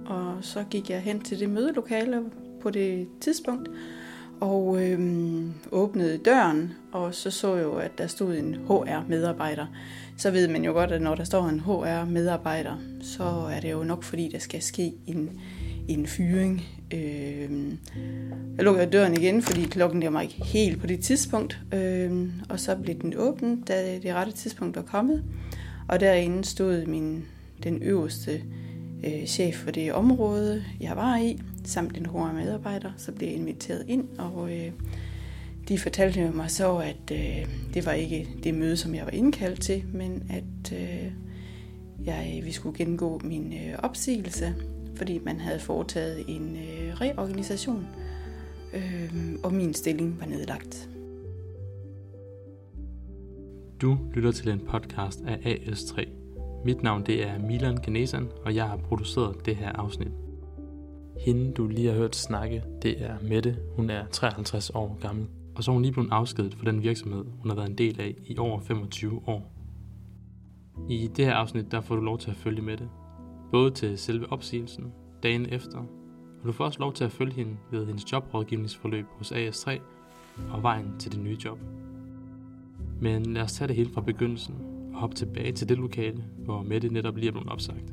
og så gik jeg hen til det mødelokale på det tidspunkt, og åbnede døren, og så jeg jo, at der stod en HR-medarbejder. Så ved man jo godt, at når der står en HR-medarbejder, så er det jo nok fordi, der skal ske en fyring. Jeg lukkede døren igen, fordi klokken var ikke helt på det tidspunkt, og så blev den åbnet, da det rette tidspunkt var kommet. Og derinde stod den øverste chef for det område, jeg var i, samt en HR-medarbejder. Så blev jeg inviteret ind, og de fortalte mig så, at det var ikke det møde, som jeg var indkaldt til, men at vi skulle gennemgå min opsigelse, fordi man havde foretaget en reorganisation, og min stilling var nedlagt. Du lytter til en podcast af AS3. Mit navn det er Milan Ganesan, og jeg har produceret det her afsnit. Hende du lige har hørt snakke, det er Mette. Hun er 53 år gammel, og så er hun lige blevet afskediget for den virksomhed, hun har været en del af i over 25 år. I det her afsnit der får du lov til at følge Mette, både til selve opsigelsen, dagen efter, og du får også lov til at følge hende ved hendes jobrådgivningsforløb hos AS3 og vejen til det nye job. Men lad os tage det helt fra begyndelsen og hoppe tilbage til det lokale, hvor Mette netop lige er blevet opsagt.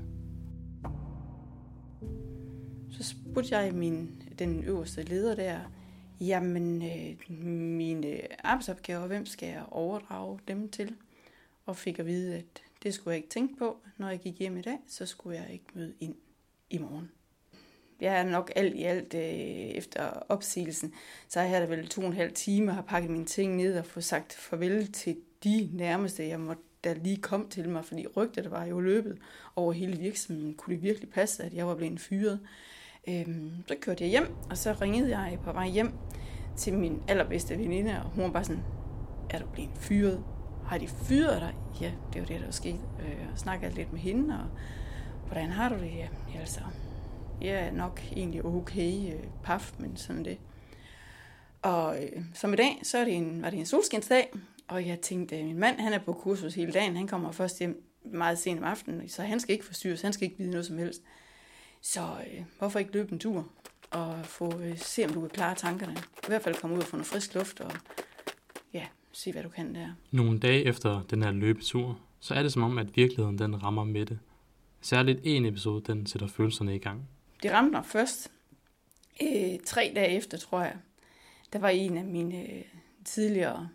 Så spurgte jeg den øverste leder der, jamen mine arbejdsopgaver, hvem skal jeg overdrage dem til? Og fik at vide, at det skulle jeg ikke tænke på. Når jeg gik hjem i dag, så skulle jeg ikke møde ind i morgen. Jeg er nok alt i alt efter opsigelsen, så har jeg da vel 2,5 timer har pakket mine ting ned og få sagt farvel til de nærmeste, der lige kom til mig, fordi rygtet var jo løbet over hele virksomheden. Kunne det virkelig passe, at jeg var blevet fyret? Så kørte jeg hjem, og så ringede jeg på vej hjem til min allerbedste veninde, og hun var bare sådan, er du blevet fyret? Har de fyret dig? Ja, det var det, der var sket. Jeg snakkede lidt med hende, og hvordan har du det? Ja, altså, jeg er nok egentlig okay, paf, men sådan det. Og som i dag, så var det en solskinsdag, og jeg tænkte, min mand, han er på kursus hele dagen, han kommer først hjem meget sent om aftenen, så han skal ikke forstyrres, han skal ikke vide noget som helst. Så hvorfor ikke løbe en tur og se, om du kan klare tankerne. I hvert fald komme ud og få noget frisk luft og se, hvad du kan der. Nogle dage efter den her løbetur, så er det som om, at virkeligheden den rammer Mette. Særligt en episode, den sætter følelserne i gang. Det ramte mig først 3 dage efter, tror jeg. Der var en af mine tidligere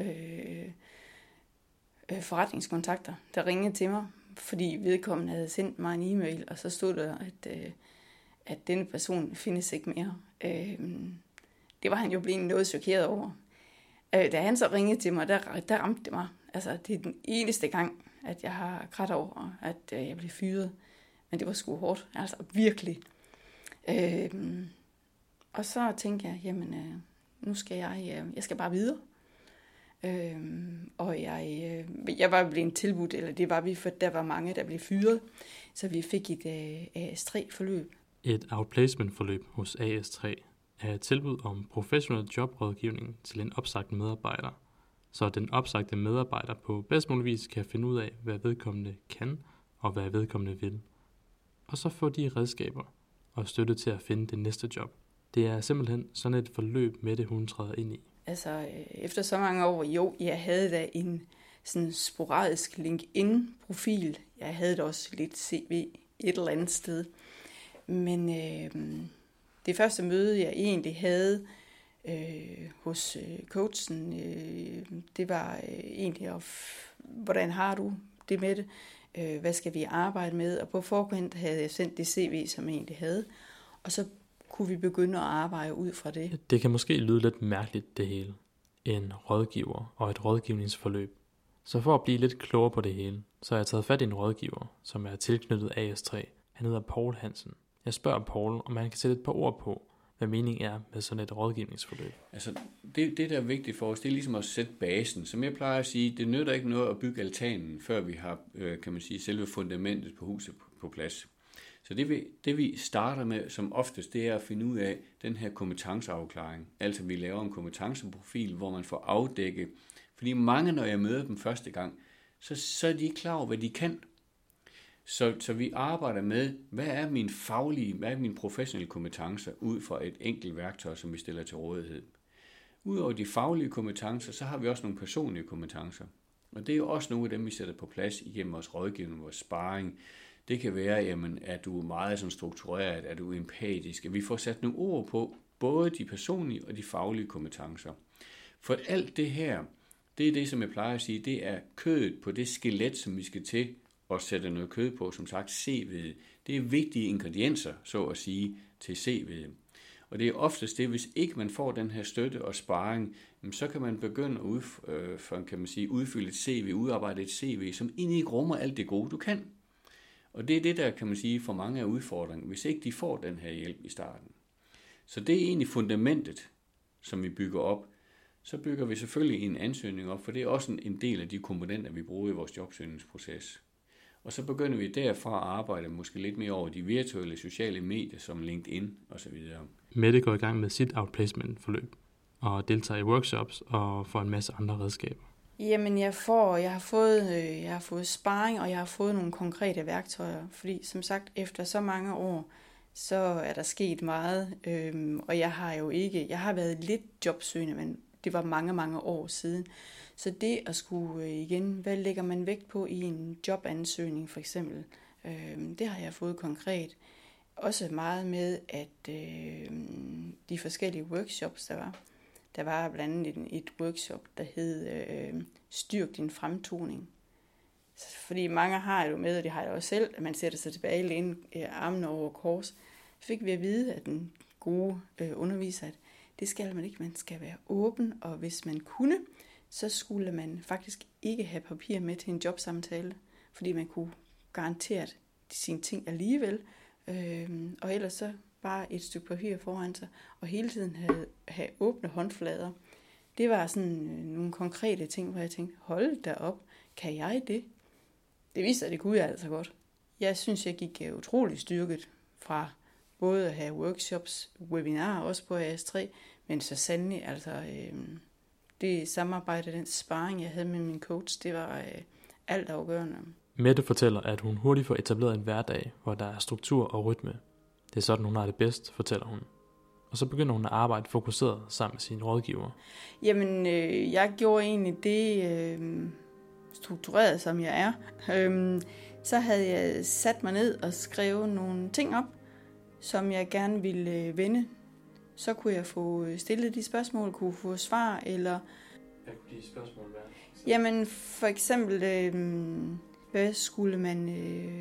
forretningskontakter, der ringede til mig, fordi vedkommende havde sendt mig en e-mail, og så stod der, at denne person findes ikke mere. Det var han jo blevet noget chokeret over. Da han så ringede til mig, der ramte det mig. Altså, det er den eneste gang, at jeg har grædt over, at jeg blev fyret. Men det var sgu hårdt, altså virkelig. Og så tænkte jeg, jamen, nu skal jeg skal bare videre. Og jeg var blevet tilbudt, eller det var vi, for der var mange, der blev fyret. Så vi fik et AS3-forløb. Et outplacement-forløb hos AS3 er et tilbud om professionel jobrådgivning til en opsagt medarbejder, så den opsagte medarbejder på bedst mulig vis kan finde ud af, hvad vedkommende kan og hvad vedkommende vil. Og så få de redskaber og støtte til at finde det næste job. Det er simpelthen sådan et forløb, Mette hun træder ind i. Altså, efter så mange år, jeg havde da en sådan sporadisk LinkedIn-profil. Jeg havde da også lidt CV et eller andet sted. Men det første møde, jeg egentlig havde hos coachen, det var egentlig, hvordan har du det med det? Hvad skal vi arbejde med? Og på forhånd havde jeg sendt det CV, som jeg egentlig havde. Og så kunne vi begynde at arbejde ud fra det. Det kan måske lyde lidt mærkeligt det hele. En rådgiver og et rådgivningsforløb. Så for at blive lidt klogere på det hele, så har jeg taget fat i en rådgiver, som er tilknyttet AS3. Han hedder Paul Hansen. Jeg spørger Paul, om han kan sætte et par ord på, hvad meningen er med sådan et rådgivningsforløb. Altså, det der er vigtigt for os, det er ligesom at sætte basen. Som jeg plejer at sige, det nytter ikke noget at bygge altanen, før vi har, kan man sige, selve fundamentet på huset på plads. Så det vi starter med som oftest, det er at finde ud af den her kompetenceafklaring. Altså vi laver en kompetenceprofil, hvor man får afdækket. Fordi mange, når jeg møder dem første gang, så er de ikke klar over, hvad de kan. Så vi arbejder med, hvad er mine professionelle kompetencer ud fra et enkelt værktøj, som vi stiller til rådighed. Udover de faglige kompetencer, så har vi også nogle personlige kompetencer. Og det er jo også nogle af dem, vi sætter på plads igennem vores rådgivning, vores sparring. Det kan være, jamen, at du er meget sådan struktureret, at du er empatisk. At vi får sat nogle ord på, både de personlige og de faglige kompetencer. For alt det her, det er det, som jeg plejer at sige, det er kødet på det skelet, som vi skal til at sætte noget kød på, som sagt CV'et. Det er vigtige ingredienser, så at sige, til CV'et. Og det er oftest det, hvis ikke man får den her støtte og sparring, så kan man begynde at udfylde et CV, udarbejde et CV, som egentlig ikke rummer alt det gode, du kan. Og det er det, der kan man sige for mange af udfordringen, hvis ikke de får den her hjælp i starten. Så det er egentlig fundamentet, som vi bygger op. Så bygger vi selvfølgelig en ansøgning op, for det er også en del af de komponenter, vi bruger i vores jobsøgningsproces. Og så begynder vi derfra at arbejde måske lidt mere over de virtuelle sociale medier, som LinkedIn osv. Mette går i gang med sit outplacement-forløb og deltager i workshops og får en masse andre redskaber. Jamen, jeg har fået sparring, og jeg har fået nogle konkrete værktøjer, fordi som sagt, efter så mange år, så er der sket meget, og jeg har været lidt jobsøgende, men det var mange, mange år siden. Så det at skulle igen, hvad lægger man vægt på i en jobansøgning for eksempel, det har jeg fået konkret. Også meget med, at de forskellige workshops, der var blandt andet et workshop, der hed Styrk din fremtoning. Fordi mange har jo med, og det har jeg også selv, at man sætter sig tilbage, læne armene over kors. Så fik vi at vide, at den gode underviser, at det skal man ikke. Man skal være åben, og hvis man kunne, så skulle man faktisk ikke have papir med til en jobsamtale, fordi man kunne garantere sine ting alligevel, og ellers så bare et stykke papir foran sig, og hele tiden have åbne håndflader. Det var sådan nogle konkrete ting, hvor jeg tænkte, hold da op, kan jeg det? Det viste sig, at det kunne jeg altså godt. Jeg synes, jeg gik utrolig styrket fra både at have workshops, webinarer også på AS3, men så sandelig, altså det samarbejde, den sparring, jeg havde med min coach, det var alt afgørende. Mette fortæller, at hun hurtigt får etableret en hverdag, hvor der er struktur og rytme. Det er sådan, hun har det bedst, fortæller hun. Og så begynder hun at arbejde fokuseret sammen med sine rådgiver. Jamen, jeg gjorde egentlig det struktureret, som jeg er. Så havde jeg sat mig ned og skrevet nogle ting op, som jeg gerne ville vende. Så kunne jeg få stillet de spørgsmål, kunne få svar, eller... Hvad kunne de spørgsmål være? Jamen, for eksempel, hvad skulle man...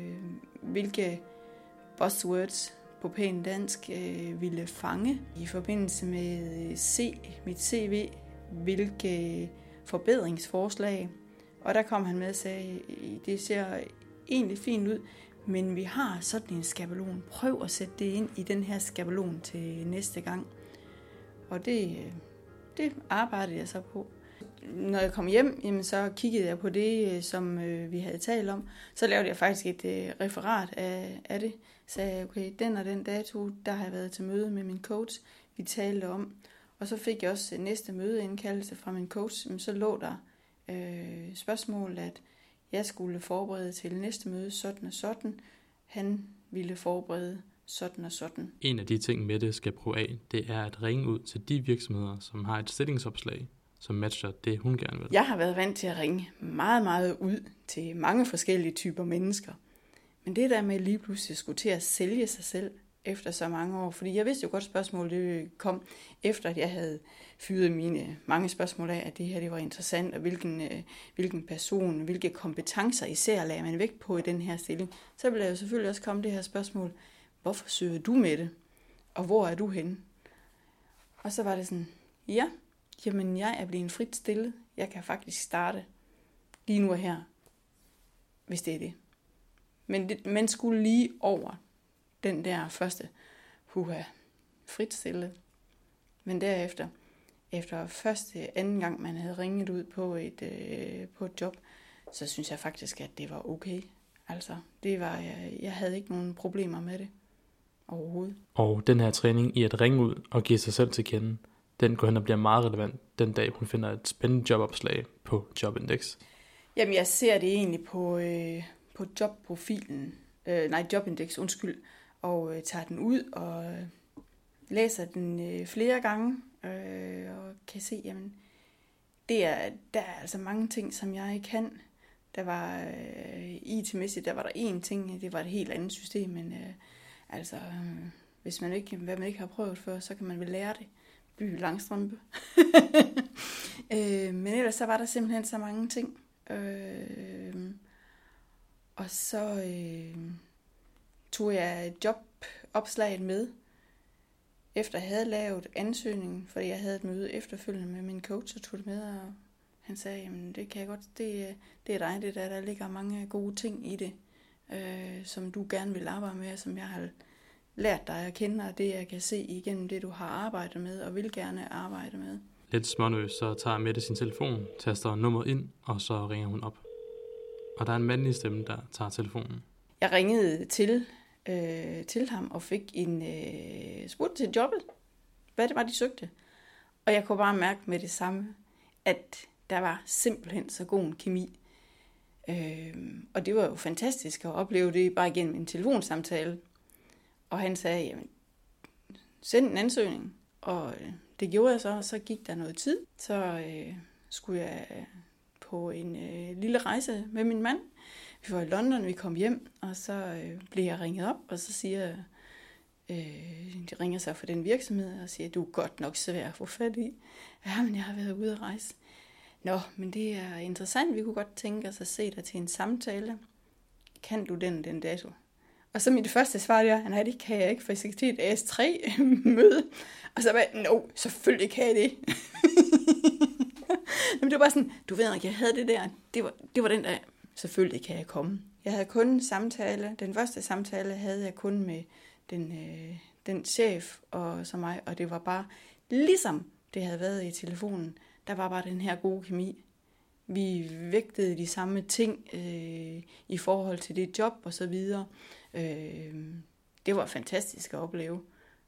hvilke buzzwords på pænt dansk ville fange i forbindelse med mit CV, hvilke forbedringsforslag. Og der kom han med og sagde, det ser egentlig fint ud, men vi har sådan en skabelon. Prøv at sætte det ind i den her skabelon til næste gang. Og det arbejdede jeg så på. Når jeg kom hjem, jamen, så kiggede jeg på det, som vi havde talt om. Så lavede jeg faktisk et referat af det. Så sagde jeg, okay, den og den dato, der har jeg været til møde med min coach. Vi talte om. Og så fik jeg også næste mødeindkaldelse fra min coach. Så lå der spørgsmål, at jeg skulle forberede til næste møde sådan og sådan. Han ville forberede sådan og sådan. En af de ting, Mette skal prøve af, det er at ringe ud til de virksomheder, som har et stillingsopslag, som matcher det, hun gerne vil. Jeg har været vant til at ringe meget, meget ud til mange forskellige typer mennesker. Men det der med lige pludselig skulle til at sælge sig selv efter så mange år, fordi jeg vidste jo godt, spørgsmål det kom efter, at jeg havde fyret mine mange spørgsmål af, at det her det var interessant, og hvilken person, hvilke kompetencer især lagde man vægt på i den her stilling. Så ville jeg jo selvfølgelig også komme det her spørgsmål, hvorfor søger du med det, og hvor er du henne? Og så var det sådan, ja, jamen jeg er blevet frit stillet, jeg kan faktisk starte lige nu og her, hvis det er det. Men man skulle lige over den der første frit stillet. Men derefter, efter anden gang man havde ringet ud på et job, så synes jeg faktisk, at det var okay. Altså, jeg havde ikke nogen problemer med det overhovedet. Og den her træning i at ringe ud og give sig selv til kende, den går hen og bliver meget relevant den dag, hun finder et spændende jobopslag på Jobindex. Jamen, jeg ser det egentlig på på jobprofilen, jobindeks, og tager den ud og læser den flere gange, og kan se, jamen, der er altså mange ting, som jeg ikke kan. Der var IT-mæssigt, der var der én ting, det var et helt andet system, men hvis hvad man ikke har prøvet før, så kan man vel lære det. By Langstrømpe. Men ellers så var der simpelthen så mange ting. Og så tog jeg jobopslaget med, efter jeg havde lavet ansøgningen, fordi jeg havde et møde efterfølgende med min coach, og tog det med, og han sagde, jamen det kan jeg godt, det er dig, det der ligger mange gode ting i det, som du gerne vil arbejde med, som jeg har lært dig at kende, og det jeg kan se igennem det, du har arbejdet med, og vil gerne arbejde med. Lidt smånøs, så tager Mette sin telefon, taster nummeret ind, og så ringer hun op. Og der er en mandlig stemme, der tager telefonen. Jeg ringede til ham og fik en spurgte til jobbet, hvad det var, de søgte. Og jeg kunne bare mærke med det samme, at der var simpelthen så god en kemi. Og det var jo fantastisk at opleve det bare igennem en telefonsamtale. Og han sagde, jamen, send en ansøgning. Og det gjorde jeg så, og så gik der noget tid. Så skulle jeg på en lille rejse med min mand. Vi var i London, vi kom hjem, og så blev jeg ringet op, og så siger de ringer så fra den virksomhed, og siger, du er godt nok svær at få fat i. Ja, men jeg har været ude at rejse. Nå, men det er interessant, vi kunne godt tænke os at se dig til en samtale. Kan du den dato? Og så mit første svar er, nej, det kan jeg ikke, for jeg skal til et AS3-møde. Og så var jeg, selvfølgelig kan jeg det. Men det var bare sådan, du ved ikke, jeg havde det der, det var den der, selvfølgelig kan jeg komme. Jeg havde kun en samtale, den første samtale havde jeg kun med den chef og så mig, og det var bare ligesom det havde været i telefonen, der var bare den her gode kemi. Vi vægtede de samme ting i forhold til det job og så videre. Det var fantastisk at opleve.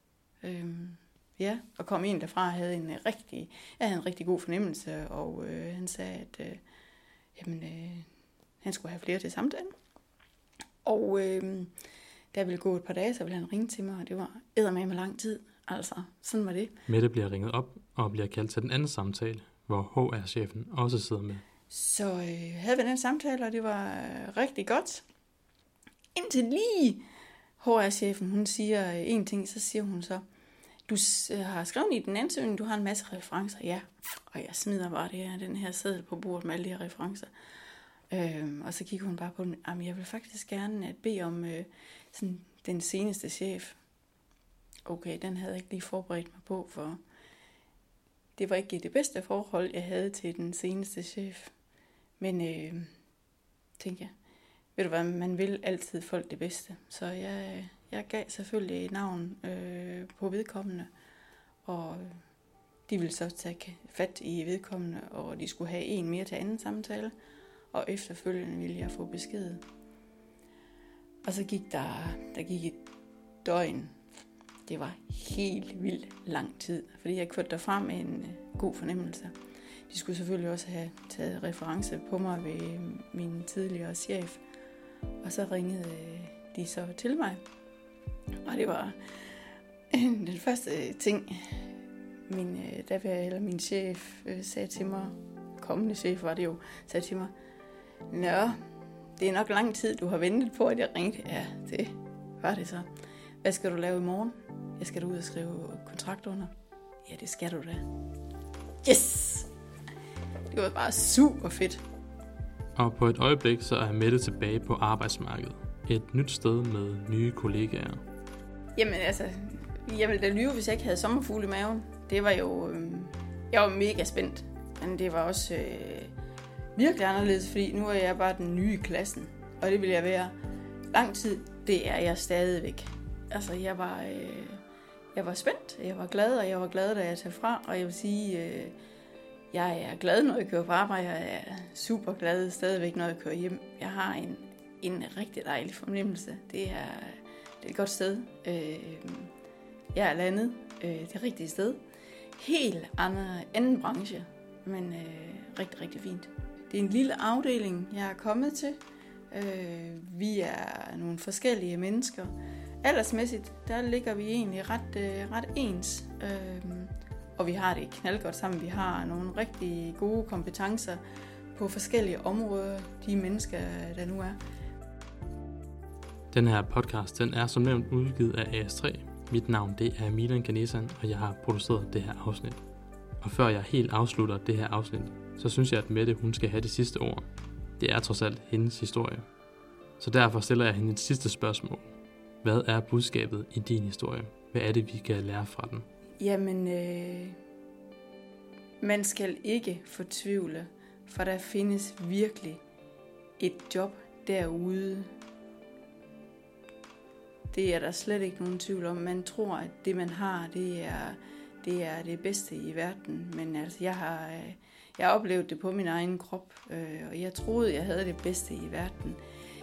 Og kom en derfra og havde en rigtig god fornemmelse, og han sagde, at han skulle have flere til samtalen. Og der ville gå et par dage, så ville han ringe til mig, og det var eddermame lang tid. Altså, sådan var det. Mette bliver ringet op og bliver kaldt til den anden samtale, hvor HR-chefen også sidder med. Så havde vi den samtale, og det var rigtig godt. Indtil lige HR-chefen, hun siger en ting, så siger hun så, du har skrevet i den ansøgning, du har en masse referencer. Ja, og jeg smider bare den her seddel på bordet med alle de her referencer. Og så kigger hun bare på den. Jamen, jeg vil faktisk gerne bede om sådan den seneste chef. Okay, den havde jeg ikke lige forberedt mig på, for det var ikke det bedste forhold, jeg havde til den seneste chef. Men tænkte jeg, ved du hvad, man vil altid folk det bedste. Så jeg gav selvfølgelig et navn på vedkommende, og de ville så tage fat i vedkommende, og de skulle have en mere til anden samtale, og efterfølgende ville jeg få besked. Og så gik der gik et døgn. Det var helt vildt lang tid, fordi jeg kørte derfra med en god fornemmelse. De skulle selvfølgelig også have taget reference på mig ved min tidligere chef, og så ringede de så til mig. Og det var den første ting, min chef sagde til mig, kommende chef var det jo, sagde til mig, nå, det er nok lang tid, du har ventet på, at jeg ringte. Ja, det var det så. Hvad skal du lave i morgen? Jeg skal ud og skrive kontrakt under. Ja, det skal du da. Yes! Det var bare super fedt. Og på et øjeblik, så er Mette tilbage på arbejdsmarkedet. Et nyt sted med nye kollegaer. Jamen altså, jeg ville da lyve, hvis jeg ikke havde sommerfugle i maven. Det var jo, jeg var mega spændt. Men det var også virkelig anderledes, fordi nu er jeg bare den nye i klassen. Og det vil jeg være lang tid. Det er jeg stadigvæk. Altså, jeg var spændt, jeg var glad, og jeg var glad, da jeg tager fra. Og jeg vil sige, jeg er glad, når jeg kører på arbejde. Jeg er super glad stadigvæk, når jeg kører hjem. Jeg har en rigtig dejlig fornemmelse. Det er et godt sted. Jeg er landet det rigtige sted. Helt anden branche, men rigtig, rigtig fint. Det er en lille afdeling, jeg er kommet til. Vi er nogle forskellige mennesker. Aldersmæssigt, der ligger vi egentlig ret ens. Og vi har det knaldgodt sammen. Vi har nogle rigtig gode kompetencer på forskellige områder, de mennesker, der nu er. Den her podcast, den er som nævnt udgivet af AS3. Mit navn, det er Milan Ganesan, og jeg har produceret det her afsnit. Og før jeg helt afslutter det her afsnit, så synes jeg, at Mette, hun skal have det sidste ord. Det er trods alt hendes historie. Så derfor stiller jeg hende et sidste spørgsmål. Hvad er budskabet i din historie? Hvad er det, vi kan lære fra den? Jamen, man skal ikke fortvivle, for der findes virkelig et job derude. Det er der slet ikke nogen tvivl om. Man tror, at det man har, det er det bedste i verden. Men altså, jeg har oplevet det på min egen krop, og jeg troede, jeg havde det bedste i verden.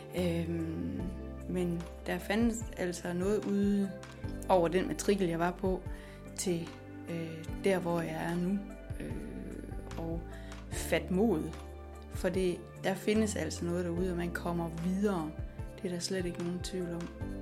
Men der fandtes altså noget ude over den matrikel, jeg var på, til der, hvor jeg er nu. Og fat mod. For der findes altså noget derude, og man kommer videre. Det er der slet ikke nogen tvivl om.